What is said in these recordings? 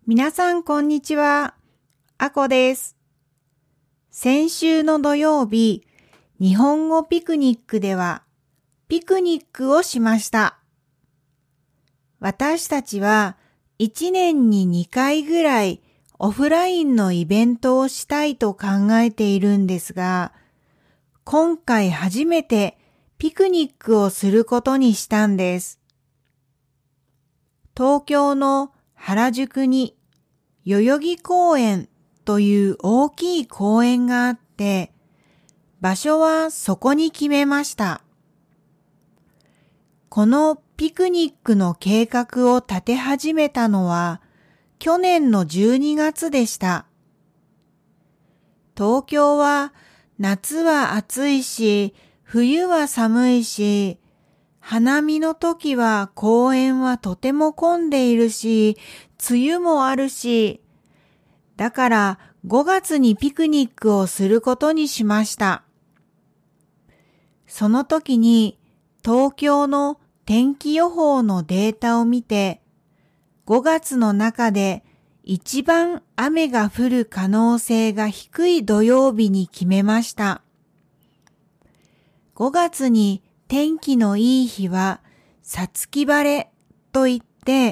皆さんこんにちは。あこです。先週の土曜日、日本語ピクニックではピクニックをしました。私たちは1年に2回ぐらいオフラインのイベントをしたいと考えているんですが、今回初めてピクニックをすることにしたんです。東京の原宿に代々木公園という大きい公園があって、場所はそこに決めました。このピクニックの計画を立て始めたのは去年の12月でした。東京は夏は暑いし、冬は寒いし、花見の時は公園はとても混んでいるし、梅雨もあるし、だから5月にピクニックをすることにしました。その時に東京の天気予報のデータを見て、5月の中で一番雨が降る可能性が低い土曜日に決めました。5月に天気のいい日は五月晴れといって、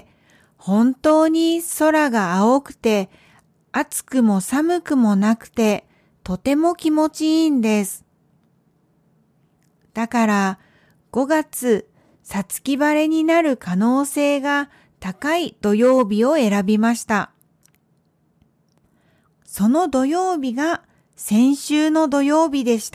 本当に空が青くて暑くも寒くもなくてとても気持ちいいんです。だから5月五月晴れになる可能性が高い土曜日を選びました。その土曜日が先週の土曜日でした。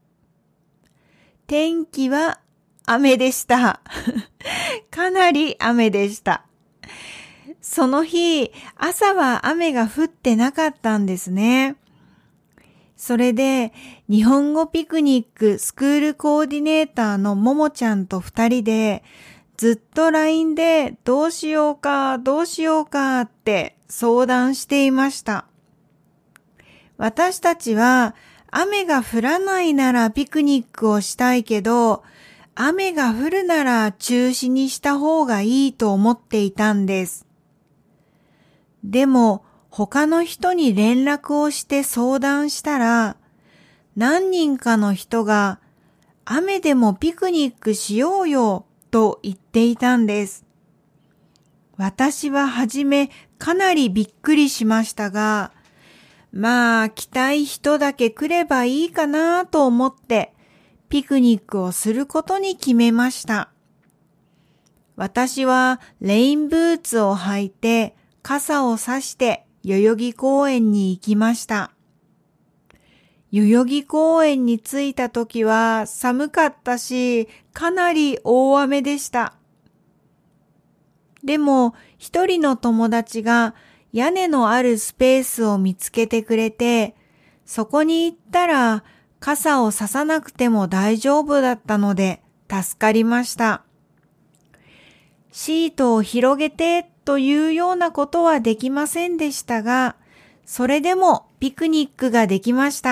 天気は雨でした。かなり雨でした。その日、朝は雨が降ってなかったんですね。それで、日本語ピクニックスクールコーディネーターのももちゃんと2人で、ずっと LINE でどうしようかって相談していました。私たちは雨が降らないならピクニックをしたいけど、雨が降るなら中止にした方がいいと思っていたんです。でも他の人に連絡をして相談したら、何人かの人が雨でもピクニックしようよと言っていたんです。私ははじめかなりびっくりしましたが、まあ来たい人だけ来ればいいかなと思ってピクニックをすることに決めました。私はレインブーツを履いて傘をさして代々木公園に行きました。代々木公園に着いた時は寒かったし、かなり大雨でした。でも一人の友達が屋根のあるスペースを見つけてくれて、そこに行ったら傘をささなくても大丈夫だったので助かりました。シートを広げてというようなことはできませんでしたが、それでもピクニックができました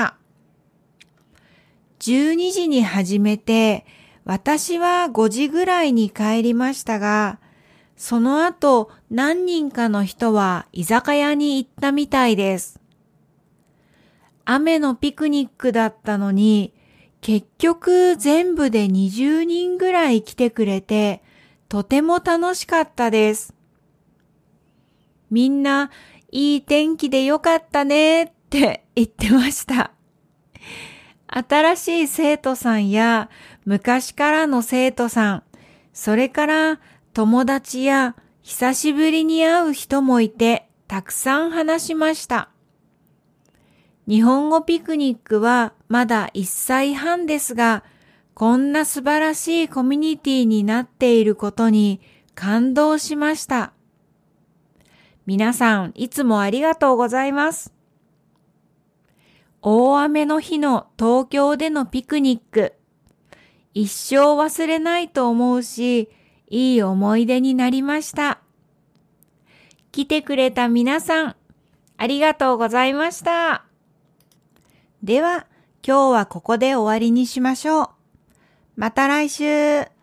。12時に始めて、私は5時ぐらいに帰りましたが、その後何人かの人は居酒屋に行ったみたいです。雨のピクニックだったのに、結局全部で20人ぐらい来てくれて、とても楽しかったです。みんないい天気でよかったねって言ってました。新しい生徒さんや昔からの生徒さん、それから友達や久しぶりに会う人もいて、たくさん話しました。日本語ピクニックはまだ1歳半ですが、こんな素晴らしいコミュニティになっていることに感動しました。皆さんいつもありがとうございます。大雨の日の東京でのピクニック、一生忘れないと思うし、いい思い出になりました。来てくれた皆さん、ありがとうございました。では、今日はここで終わりにしましょう。また来週。